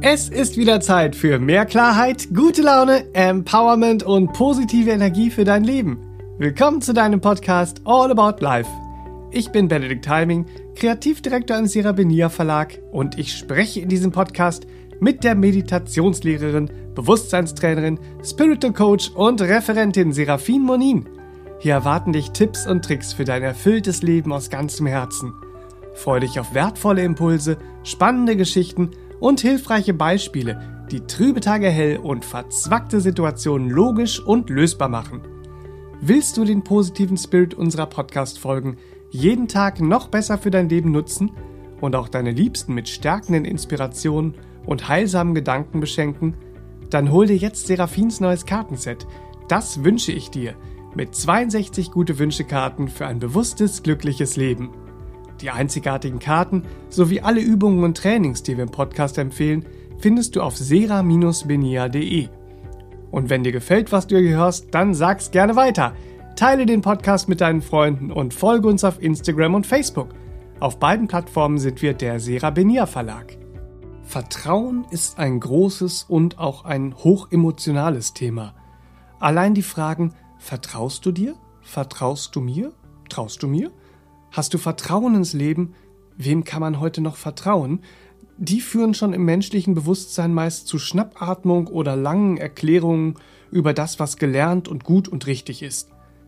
Es ist wieder Zeit für mehr Klarheit, gute Laune, Empowerment und positive Energie für dein Leben. Willkommen zu deinem Podcast All About Life. Ich bin Benedikt Heiming, Kreativdirektor am Serabenia Verlag und ich spreche in diesem Podcast mit der Meditationslehrerin, Bewusstseinstrainerin, Spiritual Coach und Referentin Serafin Monin. Hier erwarten dich Tipps und Tricks für dein erfülltes Leben aus ganzem Herzen. Freue dich auf wertvolle Impulse, spannende Geschichten und hilfreiche Beispiele, die trübe Tage hell und verzwackte Situationen logisch und lösbar machen. Willst du den positiven Spirit unserer Podcast-Folgen jeden Tag noch besser für dein Leben nutzen und auch deine Liebsten mit stärkenden Inspirationen und heilsamen Gedanken beschenken? Dann hol dir jetzt Serafins neues Kartenset. Das wünsche ich dir mit 62 Gute-Wünsche-Karten für ein bewusstes, glückliches Leben. Die einzigartigen Karten sowie alle Übungen und Trainings, die wir im Podcast empfehlen, findest du auf sera-benia.de. Und wenn dir gefällt, was du hier hörst, dann sag's gerne weiter. Teile den Podcast mit deinen Freunden und folge uns auf Instagram und Facebook. Auf beiden Plattformen sind wir der Serabenia Verlag. Vertrauen ist ein großes und auch ein hochemotionales Thema. Allein die Fragen: Vertraust du dir? Vertraust du mir? Traust du mir? Hast du Vertrauen ins Leben? Wem kann man heute noch vertrauen? Die führen schon im menschlichen Bewusstsein meist zu Schnappatmung oder langen Erklärungen über das, was gelernt und gut und richtig ist.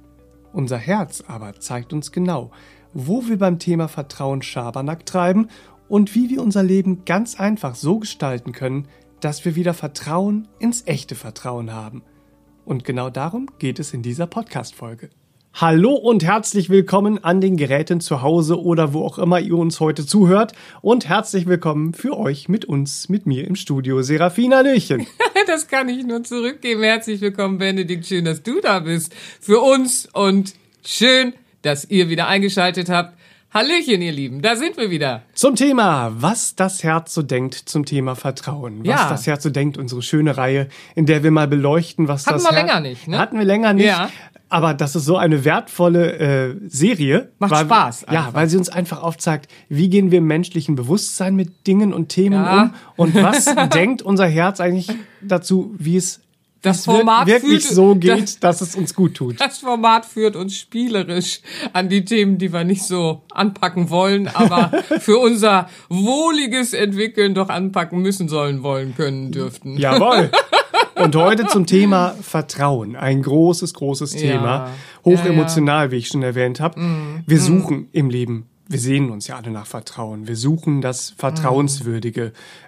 Unser Herz aber zeigt uns genau, wo wir beim Thema Vertrauen Schabernack treiben und wie wir unser Leben ganz einfach so gestalten können, dass wir wieder Vertrauen ins echte Vertrauen haben. Und genau darum geht es in dieser Podcast-Folge. Hallo und herzlich willkommen an den Geräten zu Hause oder wo auch immer ihr uns heute zuhört. Und herzlich willkommen für euch mit mir im Studio. Serafin, hallöchen. Das kann ich nur zurückgeben. Herzlich willkommen, Benedikt. Schön, dass du da bist für uns und schön, dass ihr wieder eingeschaltet habt. Hallöchen, ihr Lieben, da sind wir wieder. Zum Thema, was das Herz so denkt zum Thema Vertrauen. Was das Herz so denkt, unsere schöne Reihe, in der wir mal beleuchten, was das Herz... Hatten wir länger nicht, ne? Hatten wir länger nicht. Ja. Aber das ist so eine wertvolle Serie. Macht Spaß. Ja, weil sie uns einfach aufzeigt, wie gehen wir im menschlichen Bewusstsein mit Dingen und Themen um und was denkt unser Herz eigentlich dazu, wie es das Format wirklich so geht, dass es uns gut tut. Das Format führt uns spielerisch an die Themen, die wir nicht so anpacken wollen, aber für unser wohliges Entwickeln doch anpacken müssen, sollen, wollen, können, dürften. Jawohl. Und heute zum Thema Vertrauen. Ein großes Thema. Hochemotional, wie ich schon erwähnt habe. Wir suchen im Leben, wir sehnen uns ja alle nach Vertrauen. Wir suchen das Vertrauenswürdige.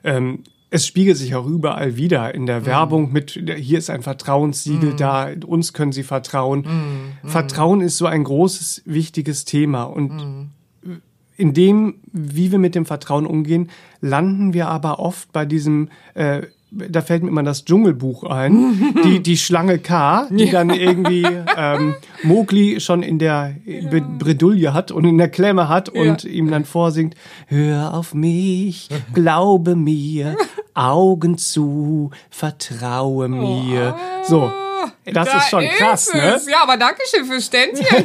Es spiegelt sich auch überall wieder in der Werbung mit, hier ist ein Vertrauenssiegel da, uns können Sie vertrauen. Vertrauen ist so ein großes, wichtiges Thema. Und in dem, wie wir mit dem Vertrauen umgehen, landen wir aber oft bei diesem... Da fällt mir immer das Dschungelbuch ein, die Schlange K, die dann irgendwie Mowgli schon in der Bredouille hat und in der Klemme hat und ihm dann vorsingt: Hör auf mich, glaube mir, Augen zu, vertraue mir. So. Das ist schon krass, ne? Ja, aber dankeschön fürs Ständchen.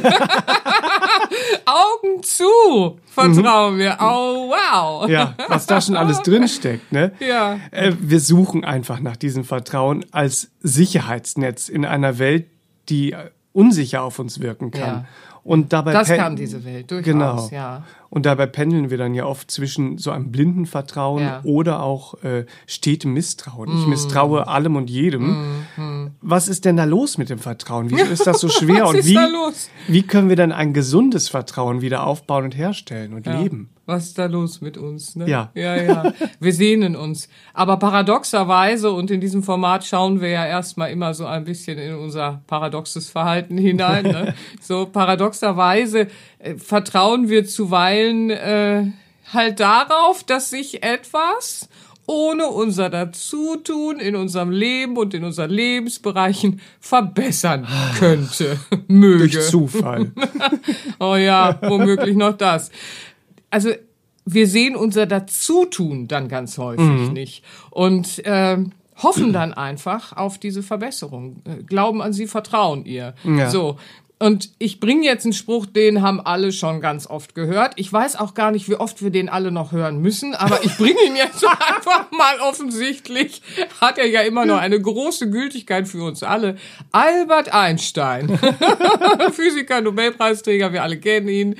Augen zu, vertrauen wir. Oh, wow. Ja, was da schon alles drinsteckt, ne? Ja. Wir suchen einfach nach diesem Vertrauen als Sicherheitsnetz in einer Welt, die unsicher auf uns wirken kann. Ja. Und dabei das kann diese Welt durchaus, genau. Ja. Und dabei pendeln wir dann ja oft zwischen so einem blinden Vertrauen oder auch stetem Misstrauen. Ich misstraue allem und jedem. Was ist denn da los mit dem Vertrauen? Wieso ist das so schwer? Was und ist da los? Wie können wir dann ein gesundes Vertrauen wieder aufbauen und herstellen und leben? Was ist da los mit uns? Ne? Ja. Ja. Wir sehnen uns. Aber paradoxerweise, und in diesem Format schauen wir ja erstmal immer so ein bisschen in unser paradoxes Verhalten hinein. Ne? So paradoxerweise vertrauen wir zuweilen halt darauf, dass sich etwas ohne unser Dazutun in unserem Leben und in unseren Lebensbereichen verbessern könnte, möge. Durch Zufall. Oh ja, womöglich noch das. Also wir sehen unser Dazutun dann ganz häufig nicht und hoffen dann einfach auf diese Verbesserung, glauben an sie, vertrauen ihr. Ja. So. Und ich bringe jetzt einen Spruch, den haben alle schon ganz oft gehört. Ich weiß auch gar nicht, wie oft wir den alle noch hören müssen, aber ich bringe ihn jetzt einfach mal offensichtlich. Hat er ja immer noch eine große Gültigkeit für uns alle. Albert Einstein, Physiker, Nobelpreisträger, wir alle kennen ihn.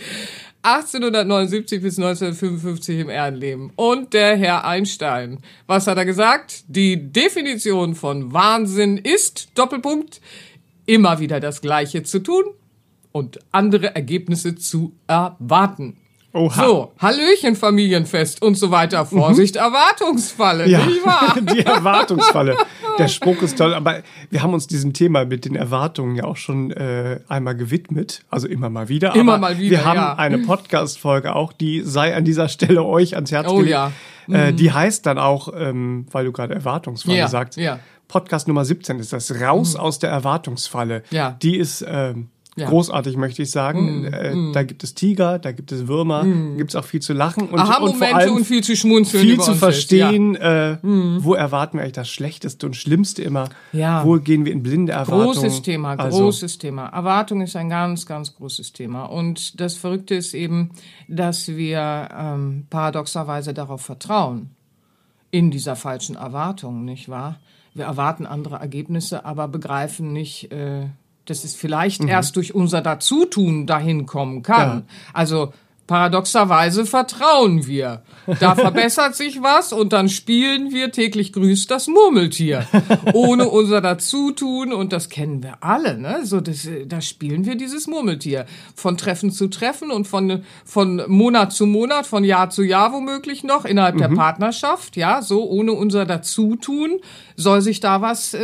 1879 bis 1955 im Erdenleben. Und der Herr Einstein. Was hat er gesagt? Die Definition von Wahnsinn ist, Doppelpunkt, immer wieder das Gleiche zu tun und andere Ergebnisse zu erwarten. Oha. So, Hallöchen, Familienfest und so weiter. Vorsicht, Erwartungsfalle, Ja, nicht wahr? die Erwartungsfalle. Der Spruch ist toll, aber wir haben uns diesem Thema mit den Erwartungen ja auch schon einmal gewidmet. Also immer mal wieder. Immer aber mal wieder, wir haben ja. eine Podcast-Folge auch, die sei an dieser Stelle euch ans Herz gelegt. Ja. Die heißt dann auch, weil du gerade Erwartungsfalle Ja, sagst, ja. Podcast Nummer 17 ist das, Raus aus der Erwartungsfalle. Ja. Die ist großartig, möchte ich sagen. Da gibt es Tiger, da gibt es Würmer, da gibt es auch viel zu lachen und vor Aha-Momente allem und viel zu schmunzeln. viel über zu uns verstehen, wo erwarten wir eigentlich das Schlechteste und Schlimmste immer, Ja. wo gehen wir in blinde Erwartungen. Großes Thema, Also, großes Thema. Erwartung ist ein ganz, ganz großes Thema. Und das Verrückte ist eben, dass wir paradoxerweise darauf vertrauen, in dieser falschen Erwartung, nicht wahr? Wir erwarten andere Ergebnisse, aber begreifen nicht, dass es vielleicht erst durch unser Dazutun dahin kommen kann. Ja. Also paradoxerweise vertrauen wir. Da verbessert sich was und dann spielen wir täglich grüßt das Murmeltier. Ohne unser Dazutun, und das kennen wir alle, ne? So, da spielen wir dieses Murmeltier. Von Treffen zu Treffen und von Monat zu Monat, von Jahr zu Jahr womöglich noch, innerhalb der Partnerschaft, ja, so ohne unser Dazutun soll sich da was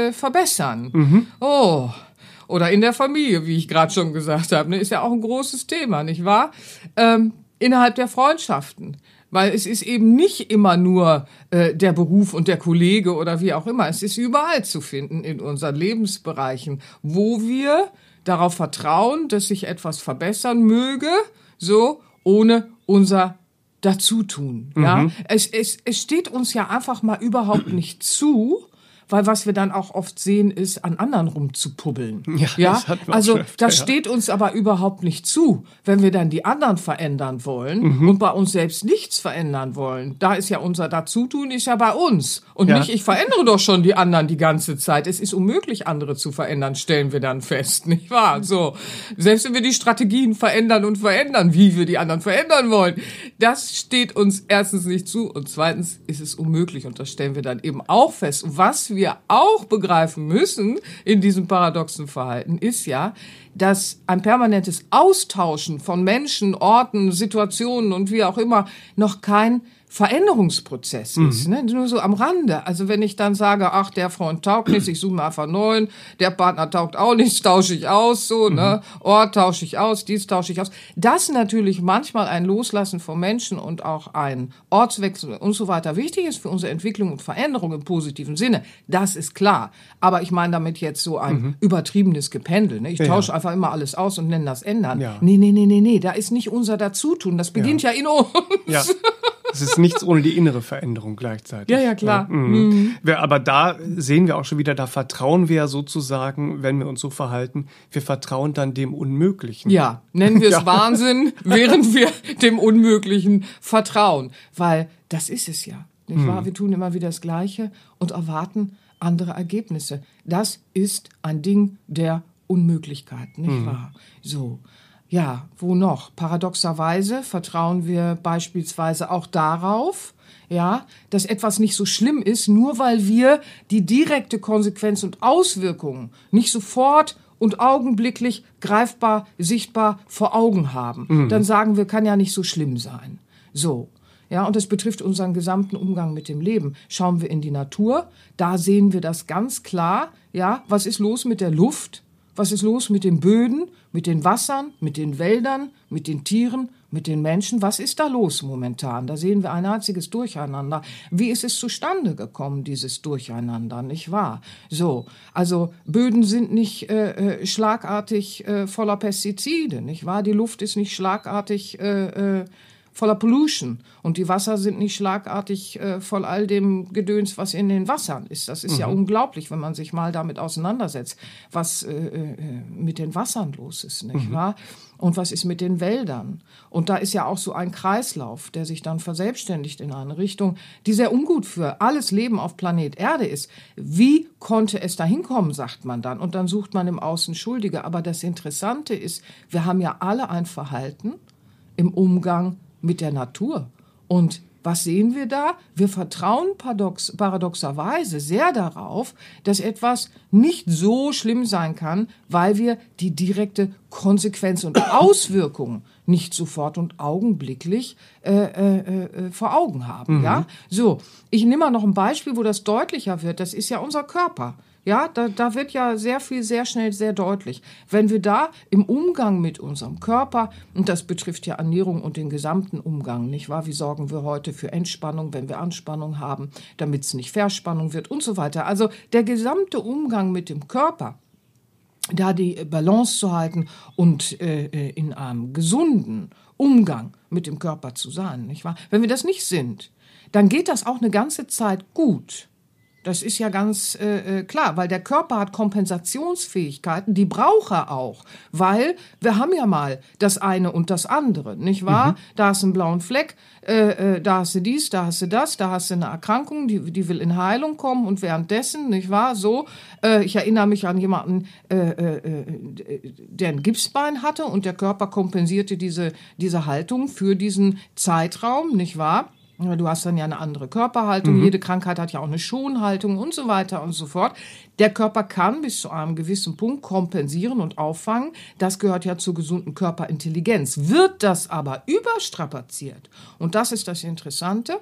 verbessern. Oh. Oder in der Familie, wie ich gerade schon gesagt habe, ne, ist ja auch ein großes Thema, nicht wahr? Innerhalb der Freundschaften. Weil es ist eben nicht immer nur der Beruf und der Kollege oder wie auch immer. Es ist überall zu finden in unseren Lebensbereichen, wo wir darauf vertrauen, dass sich etwas verbessern möge, so ohne unser Dazutun. Ja? Es steht uns ja einfach mal überhaupt nicht zu, weil was wir dann auch oft sehen, ist, an anderen rumzupubbeln. Ja, das hatten wir auch also schon öfter, das steht uns aber überhaupt nicht zu, wenn wir dann die anderen verändern wollen und bei uns selbst nichts verändern wollen. Da ist ja unser Dazutun, ist ja bei uns. Und Ja. nicht, ich verändere doch schon die anderen die ganze Zeit. Es ist unmöglich, andere zu verändern, stellen wir dann fest, nicht wahr? So. Selbst wenn wir die Strategien verändern und verändern, wie wir die anderen verändern wollen, das steht uns erstens nicht zu und zweitens ist es unmöglich und das stellen wir dann eben auch fest. Und was wir auch begreifen müssen in diesem paradoxen Verhalten ist ja, dass ein permanentes Austauschen von Menschen, Orten, Situationen und wie auch immer noch kein Veränderungsprozess ist, ne? Nur so am Rande. Also wenn ich dann sage, ach, der Freund taugt nichts, ich suche mir einfach einen neuen, der Partner taugt auch nichts, tausche ich aus, so, ne? Ort tausche ich aus, dies tausche ich aus. Das natürlich manchmal ein Loslassen von Menschen und auch ein Ortswechsel und so weiter wichtig ist für unsere Entwicklung und Veränderung im positiven Sinne. Das ist klar. Aber ich meine damit jetzt so ein übertriebenes Gependel, ne? Ich tausche einfach immer alles aus und nenne das Ändern. Ja. Nee. Da ist nicht unser Dazutun. Das beginnt ja in uns. Ja. Es ist nichts ohne die innere Veränderung gleichzeitig. Ja, klar. Aber da sehen wir auch schon wieder, da vertrauen wir ja sozusagen, wenn wir uns so verhalten, wir vertrauen dann dem Unmöglichen. Ja, nennen wir es Wahnsinn, während wir dem Unmöglichen vertrauen. Weil das ist es ja, nicht wahr? Wir tun immer wieder das Gleiche und erwarten andere Ergebnisse. Das ist ein Ding der Unmöglichkeit, nicht wahr? So. Ja, wo noch? Paradoxerweise vertrauen wir beispielsweise auch darauf, ja, dass etwas nicht so schlimm ist, nur weil wir die direkte Konsequenz und Auswirkungen nicht sofort und augenblicklich greifbar, sichtbar vor Augen haben. Dann sagen wir, kann ja nicht so schlimm sein. So. Ja, und das betrifft unseren gesamten Umgang mit dem Leben. Schauen wir in die Natur, da sehen wir das ganz klar. Ja, was ist los mit der Luft? Was ist los mit den Böden, mit den Wassern, mit den Wäldern, mit den Tieren, mit den Menschen? Was ist da los momentan? Da sehen wir ein einziges Durcheinander. Wie ist es zustande gekommen, dieses Durcheinander, nicht wahr? So, also Böden sind nicht schlagartig voller Pestizide, nicht wahr? Die Luft ist nicht schlagartig voller Pollution. Und die Wasser sind nicht schlagartig voll all dem Gedöns, was in den Wassern ist. Das ist ja unglaublich, wenn man sich mal damit auseinandersetzt, was mit den Wassern los ist, nicht wahr? Und was ist mit den Wäldern? Und da ist ja auch so ein Kreislauf, der sich dann verselbstständigt in eine Richtung, die sehr ungut für alles Leben auf Planet Erde ist. Wie konnte es dahin kommen, sagt man dann. Und dann sucht man im Außen Schuldige. Aber das Interessante ist, wir haben ja alle ein Verhalten im Umgang mit der Natur. Und was sehen wir da? Wir vertrauen paradoxerweise sehr darauf, dass etwas nicht so schlimm sein kann, weil wir die direkte Konsequenz und Auswirkung nicht sofort und augenblicklich vor Augen haben. Ja? So, ich nehme mal noch ein Beispiel, wo das deutlicher wird. Das ist ja unser Körper. Ja, da wird ja sehr viel, sehr schnell, sehr deutlich. Wenn wir da im Umgang mit unserem Körper, und das betrifft ja Ernährung und den gesamten Umgang, nicht wahr? Wie sorgen wir heute für Entspannung, wenn wir Anspannung haben, damit es nicht Verspannung wird und so weiter. Also der gesamte Umgang mit dem Körper, da die Balance zu halten und in einem gesunden Umgang mit dem Körper zu sein, nicht wahr? Wenn wir das nicht sind, dann geht das auch eine ganze Zeit gut. Das ist ja ganz klar, weil der Körper hat Kompensationsfähigkeiten, die braucht er auch, weil wir haben ja mal das eine und das andere, nicht wahr? Da hast du einen blauen Fleck, da hast du dies, da hast du das, da hast du eine Erkrankung, die will in Heilung kommen und währenddessen, nicht wahr, so, ich erinnere mich an jemanden, der ein Gipsbein hatte und der Körper kompensierte diese Haltung für diesen Zeitraum, nicht wahr? Du hast dann ja eine andere Körperhaltung, jede Krankheit hat ja auch eine Schonhaltung und so weiter und so fort. Der Körper kann bis zu einem gewissen Punkt kompensieren und auffangen. Das gehört ja zur gesunden Körperintelligenz. Wird das aber überstrapaziert, und das ist das Interessante,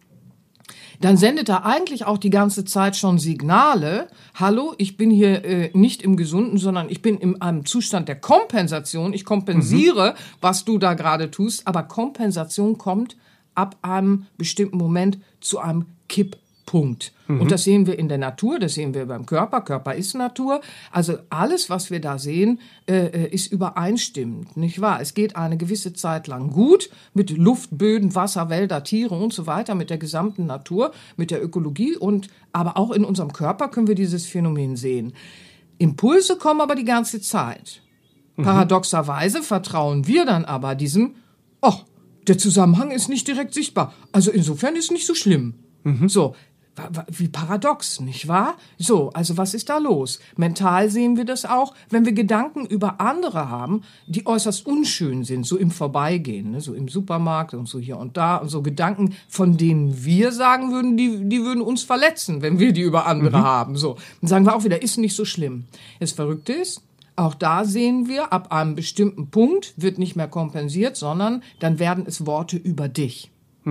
dann sendet er eigentlich auch die ganze Zeit schon Signale. Hallo, ich bin hier nicht im Gesunden, sondern ich bin in einem Zustand der Kompensation. Ich kompensiere, was du da gerade tust, aber Kompensation kommt ab einem bestimmten Moment zu einem Kipppunkt. Und das sehen wir in der Natur, das sehen wir beim Körper. Körper ist Natur. Also alles, was wir da sehen, ist übereinstimmend, nicht wahr? Es geht eine gewisse Zeit lang gut mit Luft, Böden, Wasser, Wälder, Tiere und so weiter, mit der gesamten Natur, mit der Ökologie. Aber auch in unserem Körper können wir dieses Phänomen sehen. Impulse kommen aber die ganze Zeit. Paradoxerweise vertrauen wir dann aber diesem, der Zusammenhang ist nicht direkt sichtbar. Also insofern ist nicht so schlimm. So, wie paradox, nicht wahr? So, also was ist da los? Mental sehen wir das auch, wenn wir Gedanken über andere haben, die äußerst unschön sind, so im Vorbeigehen, ne? So im Supermarkt und so hier und da. Und so Gedanken, von denen wir sagen würden, die würden uns verletzen, wenn wir die über andere haben. So, dann sagen wir auch wieder, ist nicht so schlimm. Das Verrückte ist, auch da sehen wir, ab einem bestimmten Punkt wird nicht mehr kompensiert, sondern dann werden es Worte über dich.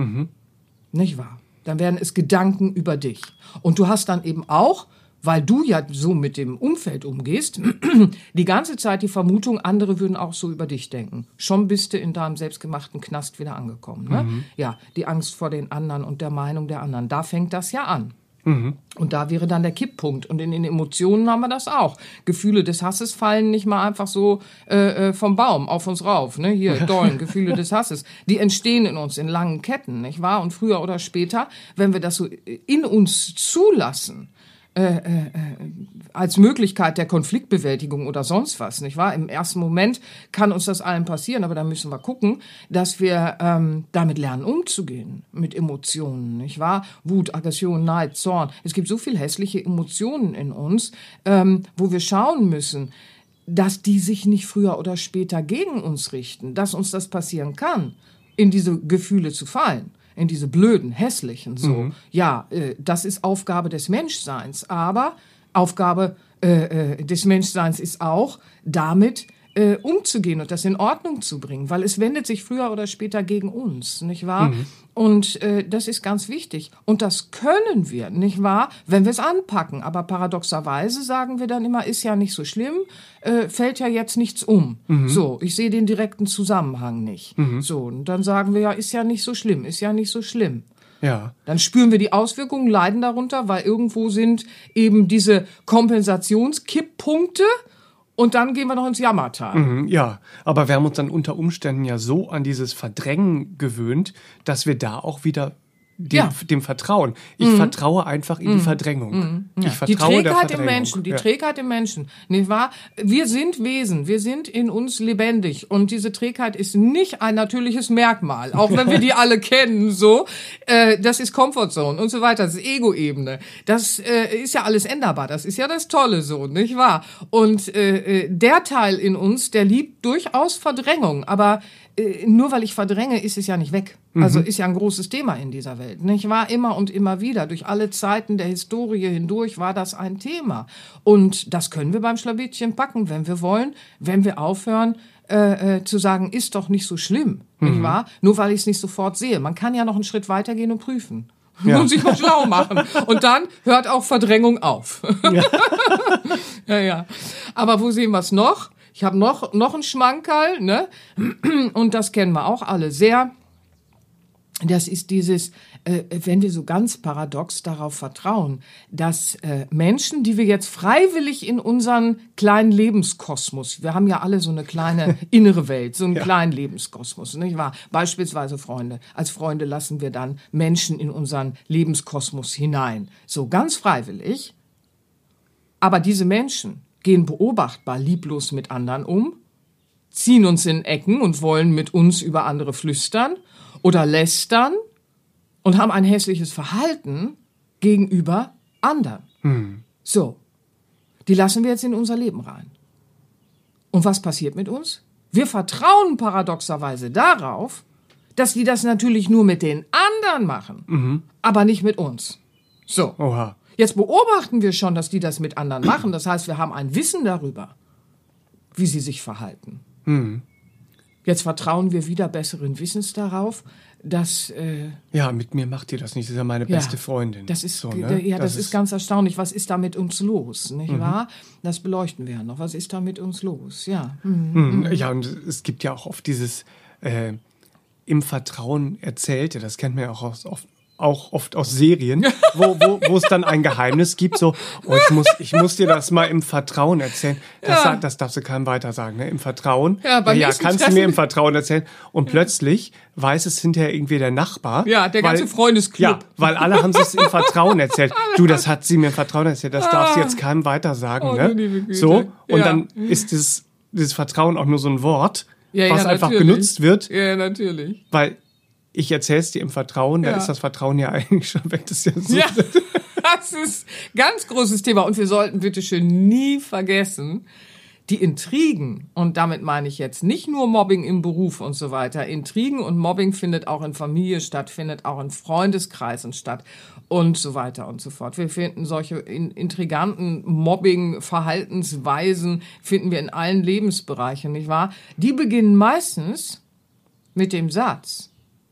Nicht wahr? Dann werden es Gedanken über dich. Und du hast dann eben auch, weil du ja so mit dem Umfeld umgehst, die ganze Zeit die Vermutung, andere würden auch so über dich denken. Schon bist du in deinem selbstgemachten Knast wieder angekommen. Ne? Ja, die Angst vor den anderen und der Meinung der anderen. Da fängt das ja an. Und da wäre dann der Kipppunkt. Und in den Emotionen haben wir das auch. Gefühle des Hasses fallen nicht mal einfach so vom Baum auf uns rauf. Ne? Hier, Dollen, Gefühle des Hasses. Die entstehen in uns in langen Ketten, nicht wahr? Und früher oder später, wenn wir das so in uns zulassen, als Möglichkeit der Konfliktbewältigung oder sonst was, nicht wahr? Im ersten Moment kann uns das allen passieren, aber da müssen wir gucken, dass wir damit lernen, umzugehen mit Emotionen, nicht wahr? Wut, Aggression, Neid, Zorn. Es gibt so viel hässliche Emotionen in uns, wo wir schauen müssen, dass die sich nicht früher oder später gegen uns richten, dass uns das passieren kann, in diese Gefühle zu fallen. In diese blöden, hässlichen, so. Ja, das ist Aufgabe des Menschseins. Aber Aufgabe des Menschseins ist auch, damit umzugehen und das in Ordnung zu bringen. Weil es wendet sich früher oder später gegen uns, nicht wahr? Und das ist ganz wichtig. Und das können wir, nicht wahr, wenn wir es anpacken. Aber paradoxerweise sagen wir dann immer, ist ja nicht so schlimm, fällt ja jetzt nichts um. So, ich sehe den direkten Zusammenhang nicht. So, und dann sagen wir ja, ist ja nicht so schlimm, ist ja nicht so schlimm. Ja. Dann spüren wir die Auswirkungen, leiden darunter, weil irgendwo sind eben diese Kompensationskipppunkte Und dann gehen wir noch ins Jammertal. Ja, aber wir haben uns dann unter Umständen ja so an dieses Verdrängen gewöhnt, dass wir da auch wieder dem vertrauen. Ich vertraue einfach in die Verdrängung. Ja. Ich vertraue der Verdrängung. Die Trägheit im Menschen, nicht wahr? Wir sind Wesen, wir sind in uns lebendig und diese Trägheit ist nicht ein natürliches Merkmal, auch wenn wir die alle kennen, so. Das ist Comfortzone und so weiter, das ist Ego-Ebene. Das ist ja alles änderbar, das ist ja das Tolle so, nicht wahr? Und der Teil in uns, der liebt durchaus Verdrängung, aber nur weil ich verdränge, ist es ja nicht weg. Also ist ja ein großes Thema in dieser Welt. Nicht wahr? Immer und immer wieder. Durch alle Zeiten der Historie hindurch war das ein Thema. Und das können wir beim Schlawittchen packen, wenn wir wollen, wenn wir aufhören zu sagen, ist doch nicht so schlimm. Nicht wahr? Nur weil ich es nicht sofort sehe. Man kann ja noch einen Schritt weitergehen und prüfen. Ja. Und sich noch schlau machen. Und dann hört auch Verdrängung auf. Ja. Aber wo sehen wir es noch? Ich habe noch einen Schmankerl, ne? Und das kennen wir auch alle sehr. Das ist dieses, wenn wir so ganz paradox darauf vertrauen, dass Menschen, die wir jetzt freiwillig in unseren kleinen Lebenskosmos, wir haben ja alle so eine kleine innere Welt, so einen kleinen Lebenskosmos, nicht wahr? Beispielsweise Freunde. Als Freunde lassen wir dann Menschen in unseren Lebenskosmos hinein. So ganz freiwillig. Aber diese Menschen gehen beobachtbar lieblos mit anderen um, ziehen uns in Ecken und wollen mit uns über andere flüstern oder lästern und haben ein hässliches Verhalten gegenüber anderen. So, die lassen wir jetzt in unser Leben rein. Und was passiert mit uns? Wir vertrauen paradoxerweise darauf, dass die das natürlich nur mit den anderen machen, aber nicht mit uns. So. Oha. Jetzt beobachten wir schon, dass die das mit anderen machen. Das heißt, wir haben ein Wissen darüber, wie sie sich verhalten. Jetzt vertrauen wir wieder besseren Wissens darauf, dass... ja, mit mir macht ihr das nicht. Das ist ja meine beste Freundin. Das ist, so, ne? das ist ganz erstaunlich. Was ist da mit uns los, nicht wahr? Das beleuchten wir ja noch. Was ist da mit uns los? Ja. Ja, und es gibt ja auch oft dieses im Vertrauen Erzählte. Das kennt man ja auch oft aus Serien, wo es dann ein Geheimnis gibt, so, oh, ich muss dir das mal im Vertrauen erzählen. Das darfst du keinem weiter sagen, ne? Im Vertrauen. Ja, kannst du mir im Vertrauen erzählen. Und plötzlich weiß es hinterher irgendwie der Nachbar. Ja, der ganze Freundesclub. Ja, weil alle haben es im Vertrauen erzählt. Du, das hat sie mir im Vertrauen erzählt, das darfst du jetzt keinem weiter sagen, ne? Liebe Güte. So, und dann ist dieses Vertrauen auch nur so ein Wort, was einfach genutzt wird. Ja, natürlich. Weil ich erzähl's dir im Vertrauen, da ist das Vertrauen ja eigentlich schon weg. Das ist ja so. Ja, das ist ein ganz großes Thema. Und wir sollten bitte schön nie vergessen, die Intrigen, und damit meine ich jetzt nicht nur Mobbing im Beruf und so weiter, Intrigen und Mobbing findet auch in Familie statt, findet auch in Freundeskreisen statt und so weiter und so fort. Wir finden solche intriganten Mobbing-Verhaltensweisen, finden wir in allen Lebensbereichen, nicht wahr? Die beginnen meistens mit dem Satz: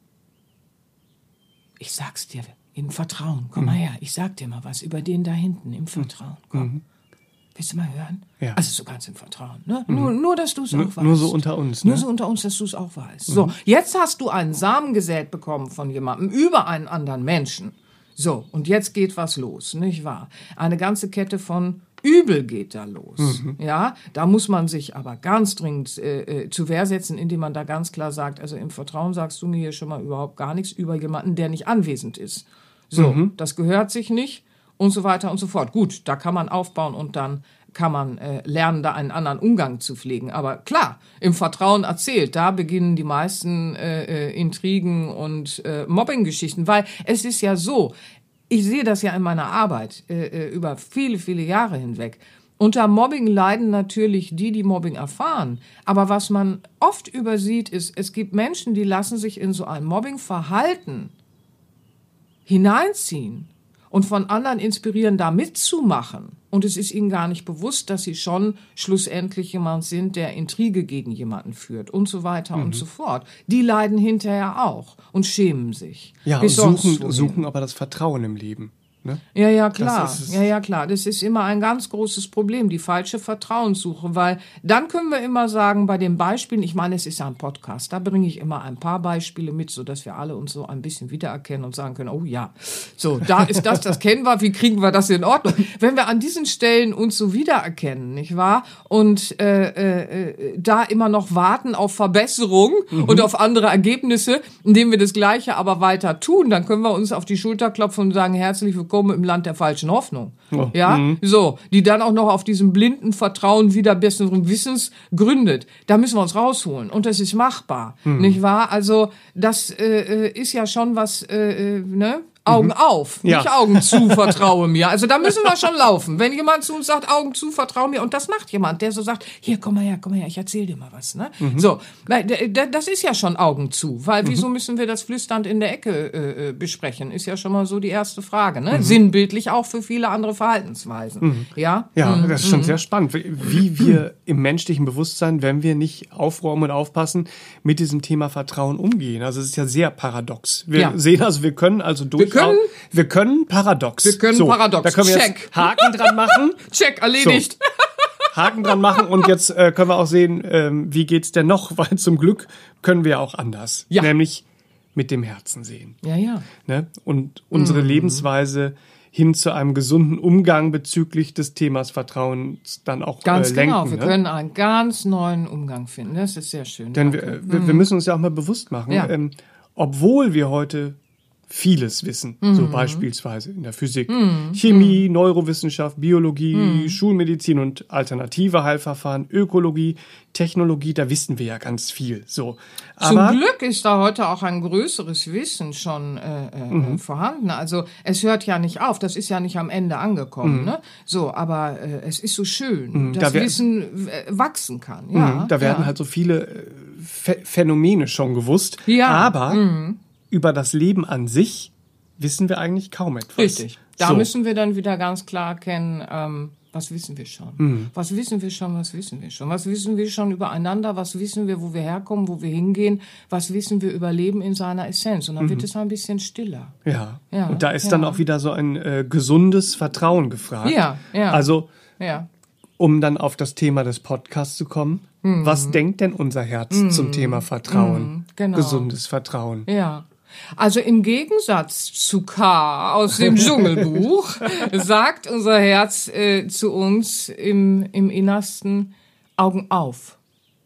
Ich sag's dir im Vertrauen. Komm mal her, ich sag dir mal was über den da hinten im Vertrauen. Komm. Willst du mal hören? Ja. Also so ganz im Vertrauen. Ne? Nur, dass du es auch weißt. Nur so unter uns. Ne? Nur so unter uns, dass du es auch weißt. So, jetzt hast du einen Samen gesät bekommen von jemandem über einen anderen Menschen. So, und jetzt geht was los, nicht wahr? Eine ganze Kette von Übel geht da los. Ja, da muss man sich aber ganz dringend zu Wehr setzen, indem man da ganz klar sagt, also im Vertrauen sagst du mir hier schon mal überhaupt gar nichts über jemanden, der nicht anwesend ist. So, das gehört sich nicht und so weiter und so fort. Gut, da kann man aufbauen und dann kann man lernen, da einen anderen Umgang zu pflegen. Aber klar, im Vertrauen erzählt, da beginnen die meisten Intrigen und Mobbing-Geschichten, weil es ist ja so, ich sehe das ja in meiner Arbeit über viele, viele Jahre hinweg. Unter Mobbing leiden natürlich die Mobbing erfahren. Aber was man oft übersieht, ist, es gibt Menschen, die lassen sich in so ein Mobbing-Verhalten hineinziehen und von anderen inspirieren, da mitzumachen. Und es ist ihnen gar nicht bewusst, dass sie schon schlussendlich jemand sind, der Intrige gegen jemanden führt und so weiter und so fort. Die leiden hinterher auch und schämen sich. Ja, und suchen aber das Vertrauen im Leben. Ne? Ja, ja, klar. Das ist es. Ja, klar. Das ist immer ein ganz großes Problem, die falsche Vertrauenssuche, weil dann können wir immer sagen, bei den Beispielen, ich meine, es ist ja ein Podcast, da bringe ich immer ein paar Beispiele mit, sodass wir alle uns so ein bisschen wiedererkennen und sagen können, oh ja, so, da ist das kennen wir, wie kriegen wir das in Ordnung? Wenn wir an diesen Stellen uns so wiedererkennen, nicht wahr? Und da immer noch warten auf Verbesserung und auf andere Ergebnisse, indem wir das Gleiche aber weiter tun, dann können wir uns auf die Schulter klopfen und sagen, herzlich willkommen im Land der falschen Hoffnung. Oh. Ja, so, die dann auch noch auf diesem blinden Vertrauen wieder besseren Wissens gründet. Da müssen wir uns rausholen. Und das ist machbar. Nicht wahr? Also, das ist ja schon was, ne? Augen auf, nicht Augen zu, vertraue mir. Also da müssen wir schon laufen. Wenn jemand zu uns sagt, Augen zu, vertraue mir, und das macht jemand, der so sagt, hier, komm mal her, ich erzähl dir mal was. Ne? So, das ist ja schon Augen zu, weil wieso müssen wir das flüsternd in der Ecke besprechen? Ist ja schon mal so die erste Frage. Ne? Sinnbildlich auch für viele andere Verhaltensweisen. Ja, das ist schon sehr spannend, wie wir im menschlichen Bewusstsein, wenn wir nicht aufräumen und aufpassen, mit diesem Thema Vertrauen umgehen. Also es ist ja sehr paradox. Wir sehen also, wir können paradox. Wir können paradox. Da können wir Check. jetzt Haken dran machen. Check, erledigt. So, Haken dran machen und jetzt können wir auch sehen, wie geht's denn noch, weil zum Glück können wir auch anders. Ja. Nämlich mit dem Herzen sehen. Ja. Ne? Und unsere Lebensweise hin zu einem gesunden Umgang bezüglich des Themas Vertrauens dann auch ganz lenken. Genau, wir können einen ganz neuen Umgang finden. Das ist sehr schön. Denn wir müssen uns ja auch mal bewusst machen, obwohl wir heute vieles wissen, so beispielsweise in der Physik, Chemie, Neurowissenschaft, Biologie, Schulmedizin und alternative Heilverfahren, Ökologie, Technologie, da wissen wir ja ganz viel. So. Aber zum Glück ist da heute auch ein größeres Wissen schon vorhanden. Also es hört ja nicht auf, das ist ja nicht am Ende angekommen. Ne? So, aber es ist so schön, dass Wissen wachsen kann. Ja, da werden halt so viele Phänomene schon gewusst, aber über das Leben an sich wissen wir eigentlich kaum etwas. Richtig. Da müssen wir dann wieder ganz klar erkennen, was wissen wir schon? Was wissen wir schon? Was wissen wir schon? Was wissen wir schon übereinander? Was wissen wir, wo wir herkommen, wo wir hingehen? Was wissen wir über Leben in seiner Essenz? Und dann wird es ein bisschen stiller. Ja. Und da ist dann auch wieder so ein gesundes Vertrauen gefragt. Ja. Also, um dann auf das Thema des Podcasts zu kommen, was denkt denn unser Herz zum Thema Vertrauen? Genau. Gesundes Vertrauen. Ja. Also im Gegensatz zu K aus dem Dschungelbuch sagt unser Herz zu uns im Innersten, Augen auf.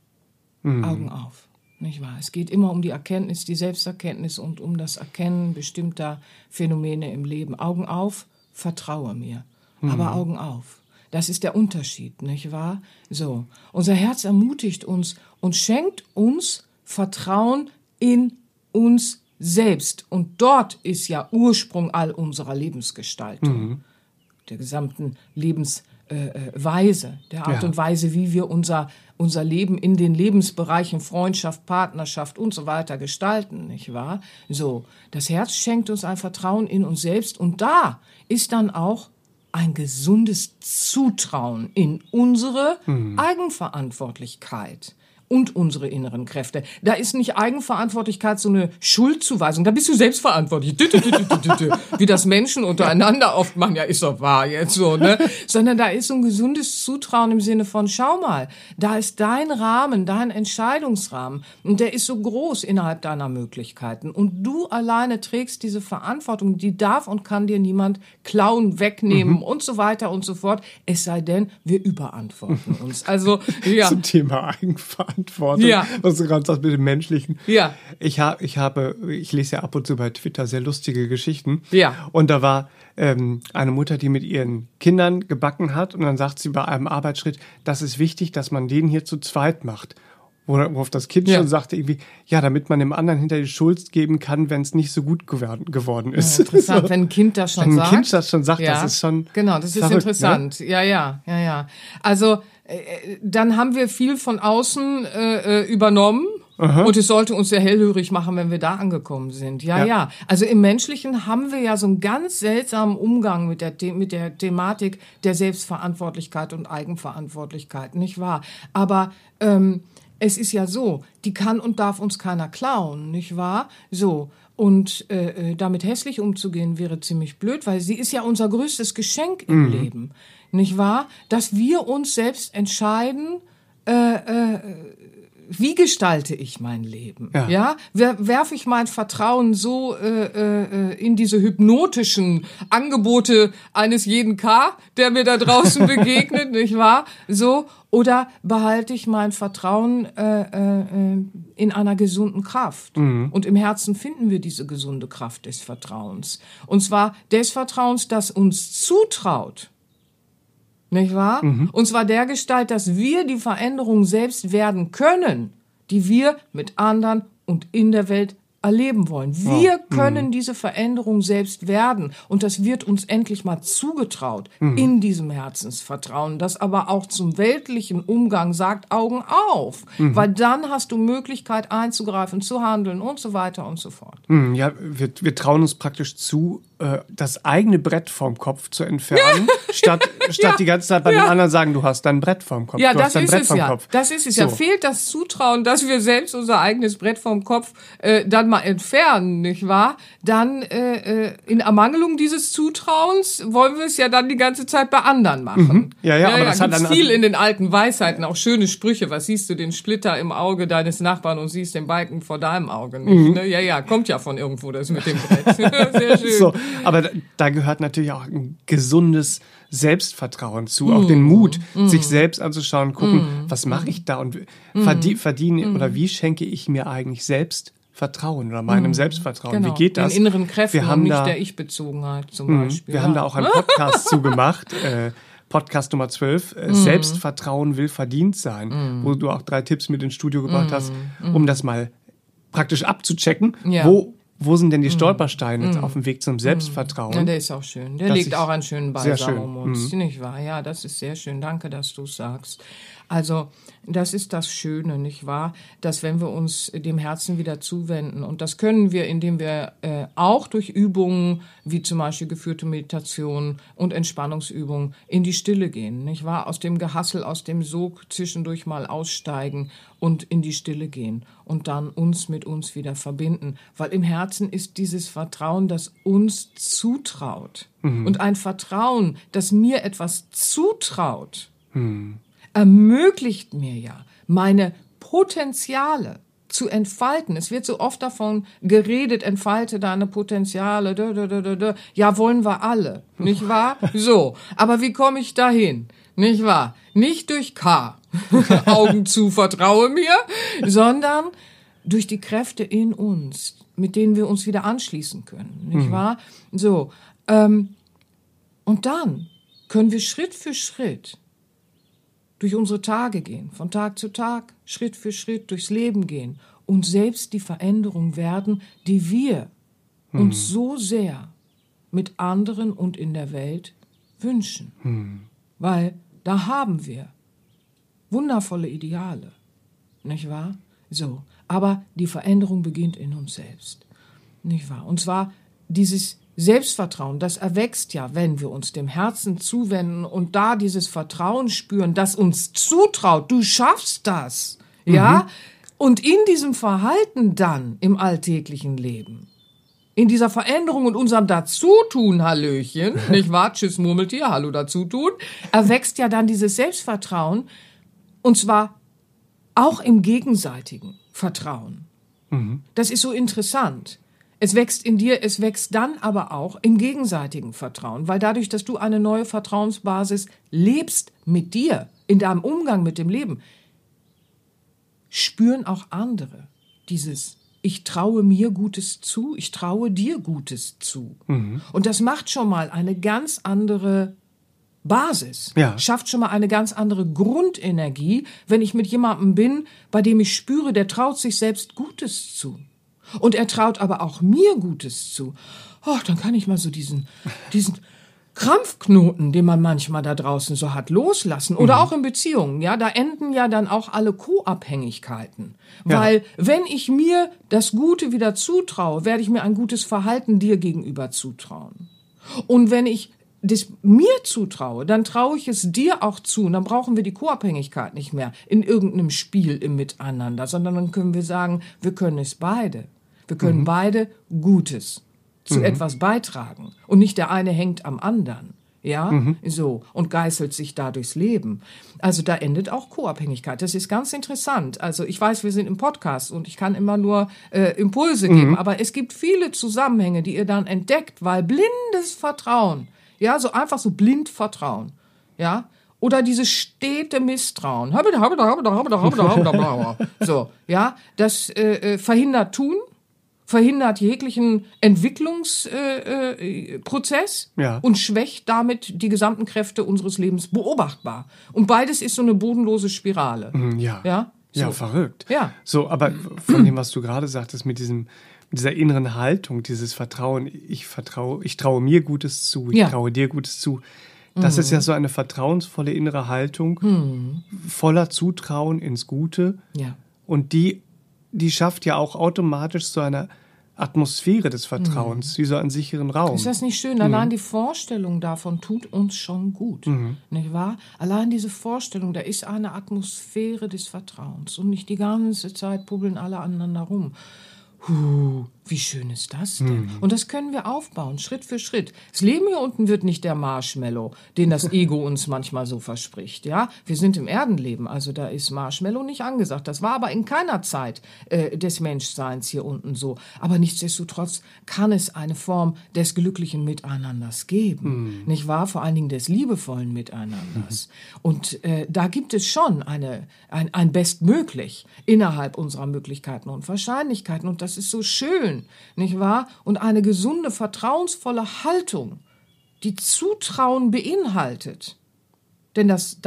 Augen auf. Nicht wahr? Es geht immer um die Erkenntnis, die Selbsterkenntnis und um das Erkennen bestimmter Phänomene im Leben. Augen auf, vertraue mir. Aber Augen auf. Das ist der Unterschied, nicht wahr? So. Unser Herz ermutigt uns und schenkt uns Vertrauen in uns selbst. Und dort ist ja Ursprung all unserer Lebensgestaltung, der gesamten Lebensweise, der Art und Weise, wie wir unser Leben in den Lebensbereichen Freundschaft, Partnerschaft und so weiter gestalten, nicht wahr? So, das Herz schenkt uns ein Vertrauen in uns selbst und da ist dann auch ein gesundes Zutrauen in unsere Eigenverantwortlichkeit und unsere inneren Kräfte. Da ist nicht Eigenverantwortlichkeit so eine Schuldzuweisung. Da bist du selbstverantwortlich. Wie das Menschen untereinander oft machen. Ja, ist doch wahr jetzt so, ne? Sondern da ist so ein gesundes Zutrauen im Sinne von, schau mal, da ist dein Rahmen, dein Entscheidungsrahmen. Und der ist so groß innerhalb deiner Möglichkeiten. Und du alleine trägst diese Verantwortung. Die darf und kann dir niemand klauen, wegnehmen und so weiter und so fort. Es sei denn, wir überantworten uns. Also, ja. Zum Thema Eigenverantwortung. Was du gerade sagst mit dem Menschlichen. Ja. Ich lese ja ab und zu bei Twitter sehr lustige Geschichten. Ja. Und da war eine Mutter, die mit ihren Kindern gebacken hat und dann sagt sie bei einem Arbeitsschritt, das ist wichtig, dass man den hier zu zweit macht. Worauf das Kind schon sagte irgendwie, ja, damit man dem anderen hinter die Schuld geben kann, wenn es nicht so gut geworden ist. Ja, interessant, so. Wenn ein Kind das schon sagt. Wenn ein Kind das schon sagt, das ist schon genau, das ist verrückt, interessant. Ne? Ja. Also, dann haben wir viel von außen übernommen. Und es sollte uns sehr hellhörig machen, wenn wir da angekommen sind. Ja. Also im Menschlichen haben wir ja so einen ganz seltsamen Umgang mit der Thematik der Selbstverantwortlichkeit und Eigenverantwortlichkeit, nicht wahr? Aber es ist ja so, die kann und darf uns keiner klauen, nicht wahr? So. Und damit hässlich umzugehen wäre ziemlich blöd, weil sie ist ja unser größtes Geschenk im Leben, nicht wahr? Dass wir uns selbst entscheiden, wie gestalte ich mein Leben? Ja? Werfe ich mein Vertrauen so in diese hypnotischen Angebote eines jeden K, der mir da draußen begegnet, nicht wahr? So, oder behalte ich mein Vertrauen in einer gesunden Kraft? Und im Herzen finden wir diese gesunde Kraft des Vertrauens. Und zwar des Vertrauens, das uns zutraut, nicht wahr? Und zwar dergestalt, dass wir die Veränderung selbst werden können, die wir mit anderen und in der Welt erleben wollen. Wir können diese Veränderung selbst werden und das wird uns endlich mal zugetraut in diesem Herzensvertrauen, das aber auch zum weltlichen Umgang sagt, Augen auf, weil dann hast du Möglichkeit einzugreifen, zu handeln und so weiter und so fort. Ja, wir trauen uns praktisch zu, das eigene Brett vom Kopf zu entfernen, statt die ganze Zeit bei den anderen sagen, du hast dein Brett vom Kopf. Ja, du hast dein Brett vom ja. Kopf. Das ist es ja. Fehlt das Zutrauen, dass wir selbst unser eigenes Brett vom Kopf dann mal entfernen, nicht wahr? Dann in Ermangelung dieses Zutrauens wollen wir es ja dann die ganze Zeit bei anderen machen. Ja, aber das hat dann viel in den alten Weisheiten, auch schöne Sprüche. Was siehst du, den Splitter im Auge deines Nachbarn und siehst den Balken vor deinem Auge nicht? Ne? Ja, kommt ja von irgendwo das mit dem Brett. Sehr schön. So, aber da gehört natürlich auch ein gesundes Selbstvertrauen zu, auch den Mut, sich selbst anzuschauen, gucken, was mache ich da und verdiene oder wie schenke ich mir eigentlich selbst Vertrauen oder meinem Selbstvertrauen. Genau. Wie geht das? Den inneren Kräften und nicht der Ich-Bezogenheit zum Beispiel. Wir haben da auch einen Podcast zugemacht, Podcast Nummer 12, Selbstvertrauen will verdient sein, wo du auch 3 Tipps mit ins Studio gebracht hast, um das mal praktisch abzuchecken, wo sind denn die Stolpersteine auf dem Weg zum Selbstvertrauen? Ja, der ist auch schön. Der legt auch einen schönen Balsam um uns, nicht wahr? Ja, das ist sehr schön. Danke, dass du es sagst. Also, das ist das Schöne, nicht wahr? Dass wenn wir uns dem Herzen wieder zuwenden, und das können wir, indem wir auch durch Übungen, wie zum Beispiel geführte Meditation und Entspannungsübungen, in die Stille gehen, nicht wahr? Aus dem Gehassel, aus dem Sog zwischendurch mal aussteigen und in die Stille gehen und dann uns mit uns wieder verbinden. Weil im Herzen ist dieses Vertrauen, das uns zutraut. Und ein Vertrauen, das mir etwas zutraut, ermöglicht mir ja, meine Potenziale zu entfalten. Es wird so oft davon geredet, entfalte deine Potenziale. Ja, wollen wir alle, nicht wahr? So, aber wie komme ich dahin? Nicht wahr? Nicht durch K, Augen zu, vertraue mir, sondern durch die Kräfte in uns, mit denen wir uns wieder anschließen können, nicht wahr? So, und dann können wir Schritt für Schritt durch unsere Tage gehen, von Tag zu Tag, Schritt für Schritt durchs Leben gehen und selbst die Veränderung werden, die wir uns so sehr mit anderen und in der Welt wünschen. Weil da haben wir wundervolle Ideale, nicht wahr? So, aber die Veränderung beginnt in uns selbst, nicht wahr? Und zwar dieses Selbstvertrauen, das erwächst ja, wenn wir uns dem Herzen zuwenden und da dieses Vertrauen spüren, das uns zutraut, du schaffst das, ja? Und in diesem Verhalten dann im alltäglichen Leben, in dieser Veränderung und unserem Dazutun, Hallöchen, nicht wahr? Tschüss, Murmeltier, hallo Dazutun, erwächst ja dann dieses Selbstvertrauen und zwar auch im gegenseitigen Vertrauen. Das ist so interessant. Es wächst in dir, es wächst dann aber auch im gegenseitigen Vertrauen, weil dadurch, dass du eine neue Vertrauensbasis lebst mit dir, in deinem Umgang mit dem Leben, spüren auch andere dieses ich traue mir Gutes zu, ich traue dir Gutes zu. Und das macht schon mal eine ganz andere Basis, schafft schon mal eine ganz andere Grundenergie, wenn ich mit jemandem bin, bei dem ich spüre, der traut sich selbst Gutes zu. Und er traut aber auch mir Gutes zu. Oh, dann kann ich mal so diesen Krampfknoten, den man manchmal da draußen so hat, loslassen. Oder auch in Beziehungen, ja, da enden ja dann auch alle Co-Abhängigkeiten. Weil wenn ich mir das Gute wieder zutraue, werde ich mir ein gutes Verhalten dir gegenüber zutrauen. Und wenn ich das mir zutraue, dann traue ich es dir auch zu. Und dann brauchen wir die Co-Abhängigkeit nicht mehr in irgendeinem Spiel im Miteinander, sondern dann können wir sagen, wir können es beide. Wir können beide Gutes zu etwas beitragen. Und nicht der eine hängt am anderen. Ja, so, und geißelt sich da durchs Leben. Also da endet auch Co-Abhängigkeit. Das ist ganz interessant. Also ich weiß, wir sind im Podcast und ich kann immer nur Impulse geben, aber es gibt viele Zusammenhänge, die ihr dann entdeckt, weil blindes Vertrauen, ja, so einfach so blind Vertrauen, ja, oder dieses stete Misstrauen, so, ja, das verhindert Tun, verhindert jeglichen Entwicklungsprozess und schwächt damit die gesamten Kräfte unseres Lebens beobachtbar. Und beides ist so eine bodenlose Spirale. Ja. Ja, so. Ja, verrückt. Ja. So, aber von dem, was du gerade sagtest, mit dieser inneren Haltung, dieses Vertrauen, ich traue mir Gutes zu, ich traue dir Gutes zu. Das ist ja so eine vertrauensvolle innere Haltung, voller Zutrauen ins Gute. Ja. Und die schafft ja auch automatisch so eine Atmosphäre des Vertrauens, wie so einen sicheren Raum. Ist das nicht schön? Allein die Vorstellung davon tut uns schon gut, nicht wahr? Allein diese Vorstellung, da ist eine Atmosphäre des Vertrauens und nicht die ganze Zeit pubbeln alle aneinander rum. Wie schön ist das denn? Und das können wir aufbauen, Schritt für Schritt. Das Leben hier unten wird nicht der Marshmallow, den das Ego uns manchmal so verspricht. Ja, wir sind im Erdenleben, also da ist Marshmallow nicht angesagt. Das war aber in keiner Zeit des Menschseins hier unten so. Aber nichtsdestotrotz kann es eine Form des glücklichen Miteinanders geben. Nicht wahr? Vor allen Dingen des liebevollen Miteinanders. Und da gibt es schon ein Bestmöglich innerhalb unserer Möglichkeiten und Wahrscheinlichkeiten. Und das ist so schön. Nicht wahr? Und eine gesunde, vertrauensvolle Haltung, die Zutrauen beinhaltet. Denn das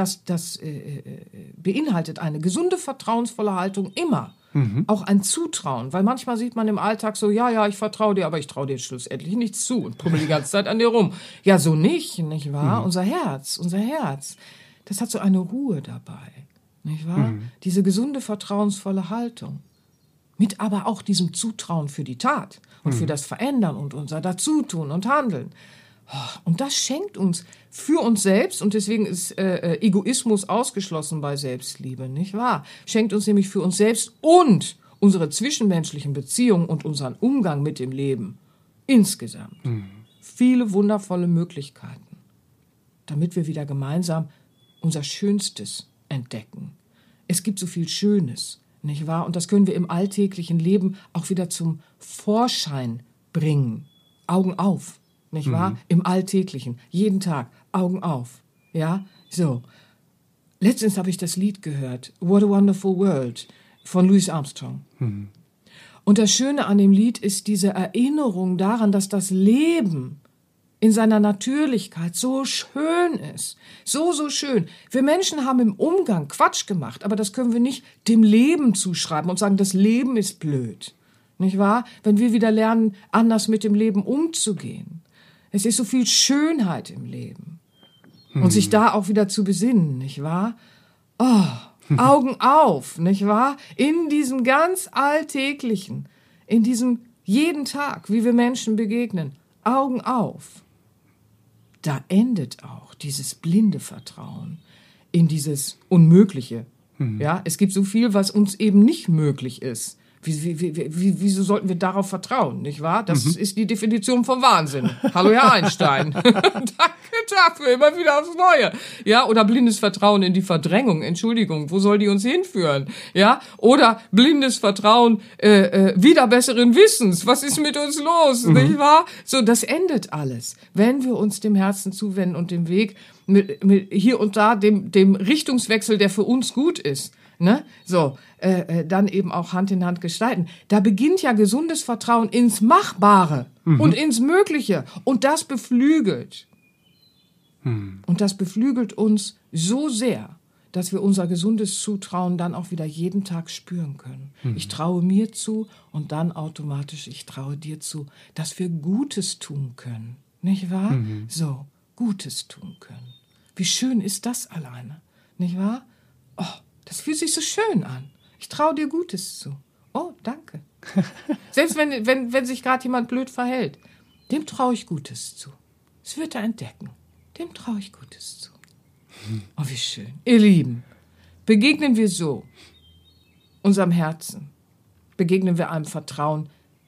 beinhaltet eine gesunde, vertrauensvolle Haltung immer. Auch ein Zutrauen. Weil manchmal sieht man im Alltag so, ja, ich vertraue dir, aber ich traue dir schlussendlich nichts zu und pummel die ganze Zeit an dir rum. Ja, so nicht wahr? Unser Herz, das hat so eine Ruhe dabei. Nicht wahr? Diese gesunde, vertrauensvolle Haltung. Mit aber auch diesem Zutrauen für die Tat und für das Verändern und unser Dazutun und Handeln. Und das schenkt uns für uns selbst, und deswegen ist Egoismus ausgeschlossen bei Selbstliebe, nicht wahr? Schenkt uns nämlich für uns selbst und unsere zwischenmenschlichen Beziehungen und unseren Umgang mit dem Leben insgesamt viele wundervolle Möglichkeiten, damit wir wieder gemeinsam unser Schönstes entdecken. Es gibt so viel Schönes. Nicht wahr? Und das können wir im alltäglichen Leben auch wieder zum Vorschein bringen. Augen auf, nicht wahr? Im Alltäglichen, jeden Tag, Augen auf. Ja, so. Letztens habe ich das Lied gehört, What a Wonderful World, von Louis Armstrong. Und das Schöne an dem Lied ist diese Erinnerung daran, dass das Leben in seiner Natürlichkeit so schön ist. So schön. Wir Menschen haben im Umgang Quatsch gemacht, aber das können wir nicht dem Leben zuschreiben und sagen, das Leben ist blöd. Nicht wahr? Wenn wir wieder lernen, anders mit dem Leben umzugehen. Es ist so viel Schönheit im Leben. Und sich da auch wieder zu besinnen, nicht wahr? Augen auf, nicht wahr? In diesem ganz Alltäglichen, in diesem jeden Tag, wie wir Menschen begegnen. Augen auf. Da endet auch dieses blinde Vertrauen in dieses Unmögliche. Ja, es gibt so viel, was uns eben nicht möglich ist. Wieso sollten wir darauf vertrauen, nicht wahr? Das ist die Definition von Wahnsinn. Hallo, Herr Einstein. Danke dafür, immer wieder aufs Neue. Ja, oder blindes Vertrauen in die Verdrängung. Entschuldigung, wo soll die uns hinführen? Ja, oder blindes Vertrauen wieder besseren Wissens. Was ist mit uns los, nicht wahr? So, das endet alles, wenn wir uns dem Herzen zuwenden und dem Weg mit hier und da dem Richtungswechsel, der für uns gut ist. Ne? So, dann eben auch Hand in Hand gestalten. Da beginnt ja gesundes Vertrauen ins Machbare und ins Mögliche. Und das beflügelt. Und das beflügelt uns so sehr, dass wir unser gesundes Zutrauen dann auch wieder jeden Tag spüren können. Ich traue mir zu und dann automatisch, ich traue dir zu, dass wir Gutes tun können. Nicht wahr? So, Gutes tun können. Wie schön ist das alleine? Nicht wahr? Oh, das fühlt sich so schön an. Ich traue dir Gutes zu. Oh, danke. Selbst wenn sich gerade jemand blöd verhält, dem traue ich Gutes zu. Das wird er entdecken. Dem traue ich Gutes zu. Oh, wie schön. Ihr Lieben, begegnen wir so unserem Herzen, begegnen wir einem Vertrauen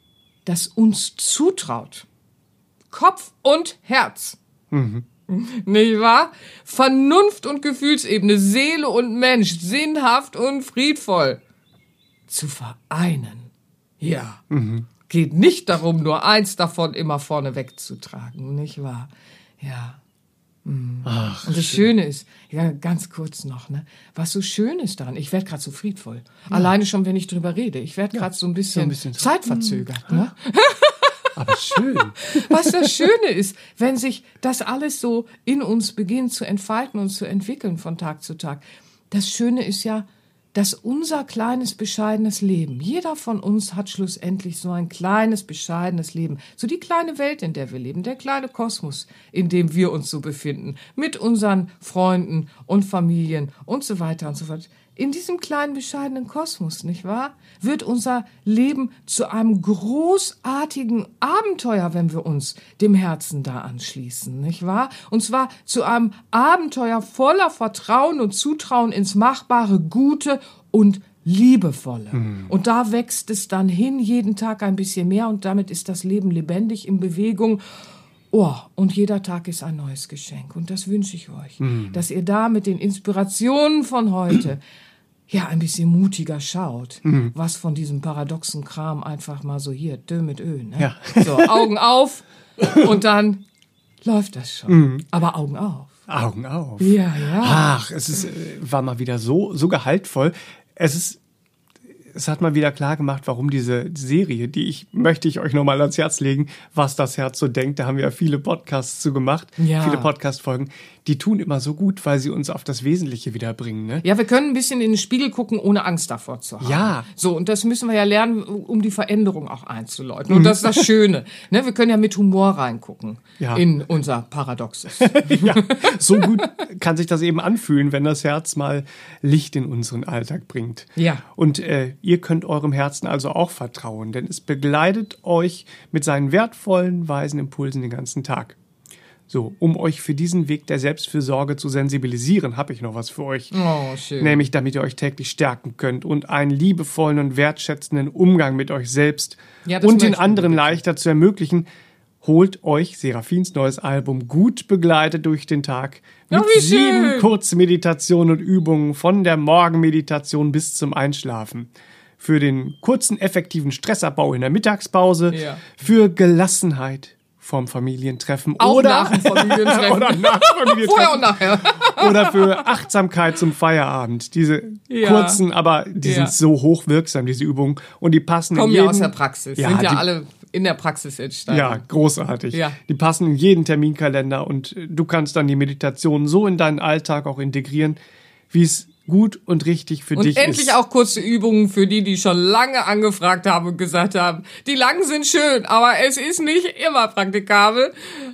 das uns zutraut. Kopf und Herz. Nicht wahr? Vernunft und Gefühlsebene, Seele und Mensch, sinnhaft und friedvoll zu vereinen. Ja. Geht nicht darum, nur eins davon immer vorne wegzutragen, nicht wahr? Ja. Ach, und das Schöne ist, ja, ganz kurz noch, ne, was so schön ist daran, ich werde gerade so friedvoll. Alleine schon, wenn ich drüber rede. Ich werde gerade so ein bisschen zeitverzögert, ne? Aber schön. Was das Schöne ist, wenn sich das alles so in uns beginnt zu entfalten und zu entwickeln von Tag zu Tag. Das Schöne ist ja, dass unser kleines, bescheidenes Leben, jeder von uns hat schlussendlich so ein kleines, bescheidenes Leben. So die kleine Welt, in der wir leben, der kleine Kosmos, in dem wir uns so befinden, mit unseren Freunden und Familien und so weiter und so fort. In diesem kleinen, bescheidenen Kosmos, nicht wahr, wird unser Leben zu einem großartigen Abenteuer, wenn wir uns dem Herzen da anschließen, nicht wahr? Und zwar zu einem Abenteuer voller Vertrauen und Zutrauen ins Machbare, Gute und Liebevolle. Und da wächst es dann hin, jeden Tag ein bisschen mehr und damit ist das Leben lebendig in Bewegung. Oh, und jeder Tag ist ein neues Geschenk. Und das wünsche ich euch, dass ihr da mit den Inspirationen von heute ja ein bisschen mutiger schaut, was von diesem paradoxen Kram einfach mal so hier, Dö mit Ö. Ne? Ja. So, Augen auf und dann läuft das schon. Aber Augen auf. Augen auf. Ja, ja. Ach, es war mal wieder so gehaltvoll. Es hat mal wieder klar gemacht, warum diese Serie, möchte ich euch nochmal ans Herz legen, was das Herz so denkt. Da haben wir ja viele Podcasts zu gemacht, viele Podcast-Folgen. Die tun immer so gut, weil sie uns auf das Wesentliche wiederbringen. Ne? Ja, wir können ein bisschen in den Spiegel gucken, ohne Angst davor zu haben. Ja. So, und das müssen wir ja lernen, um die Veränderung auch einzuläuten. Und das ist das Schöne. Ne? Wir können ja mit Humor reingucken in unser Paradoxes. Ja, so gut kann sich das eben anfühlen, wenn das Herz mal Licht in unseren Alltag bringt. Ja. Und ihr könnt eurem Herzen also auch vertrauen, denn es begleitet euch mit seinen wertvollen, weisen Impulsen den ganzen Tag. So, um euch für diesen Weg der Selbstfürsorge zu sensibilisieren, habe ich noch was für euch. Oh, schön. Nämlich, damit ihr euch täglich stärken könnt und einen liebevollen und wertschätzenden Umgang mit euch selbst und den anderen leichter zu ermöglichen, holt euch Seraphins neues Album Gut begleitet durch den Tag mit 7 Kurzmeditationen und Übungen von der Morgenmeditation bis zum Einschlafen. Für den kurzen, effektiven Stressabbau in der Mittagspause, für Gelassenheit vorm Familientreffen auch oder nach dem Familientreffen. oder nach Familientreffen. Vorher und nachher. Oder für Achtsamkeit zum Feierabend. Diese kurzen, aber die sind so hochwirksam, diese Übungen. Und die passen kommen ja aus der Praxis. Ja, sind ja alle in der Praxis entstanden. Ja, großartig. Ja. Die passen in jeden Terminkalender und du kannst dann die Meditation so in deinen Alltag auch integrieren, wie es gut und richtig für dich ist. Und endlich auch kurze Übungen für die schon lange angefragt haben und gesagt haben, die langen sind schön, aber es ist nicht immer praktikabel.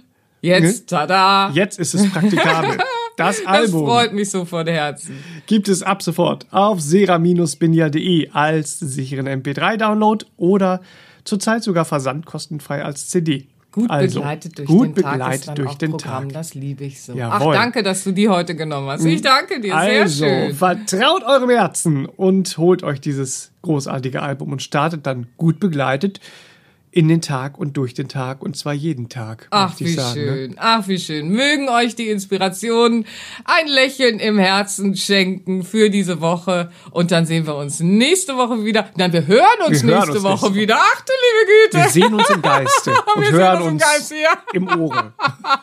Jetzt, tada! Jetzt ist es praktikabel. Das Album Das freut mich so von Herzen. gibt es ab sofort auf sera-benia.de als sicheren MP3-Download oder zurzeit sogar versandkostenfrei als CD. Gut also, begleitet durch gut den Tag begleitet ist dann durch auch den Programm, Tag. das liebe ich so. Jawohl. Ach, danke, dass du die heute genommen hast. Ich danke dir, sehr Also, schön. vertraut eurem Herzen und holt euch dieses großartige Album und startet dann gut begleitet in den Tag und durch den Tag und zwar jeden Tag. Ach, möchte ich wie sagen, schön, ne? ach, wie schön. Mögen euch die Inspirationen ein Lächeln im Herzen schenken für diese Woche. Und dann sehen wir uns nächste Woche wieder. Nein, wir hören uns nächste Woche wieder. Ach du liebe Güte. Wir sehen uns im Geiste und Wir hören sehen uns im Geiste, ja. im Ohre. Ach,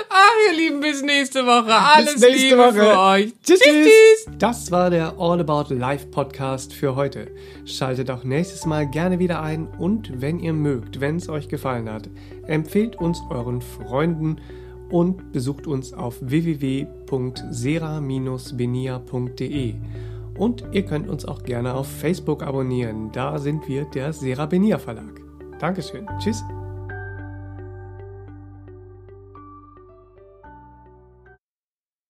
ihr Lieben, bis nächste Woche. Alles Bis nächste Liebe Woche. für euch. Tschüss, Tschüss. Das war der All About Life Podcast für heute. Schaltet auch nächstes Mal gerne wieder ein und wenn ihr mögt, wenn es euch gefallen hat, empfehlt uns euren Freunden und besucht uns auf www.sera-benia.de. Und ihr könnt uns auch gerne auf Facebook abonnieren. Da sind wir der Sera Benia Verlag. Dankeschön. Tschüss.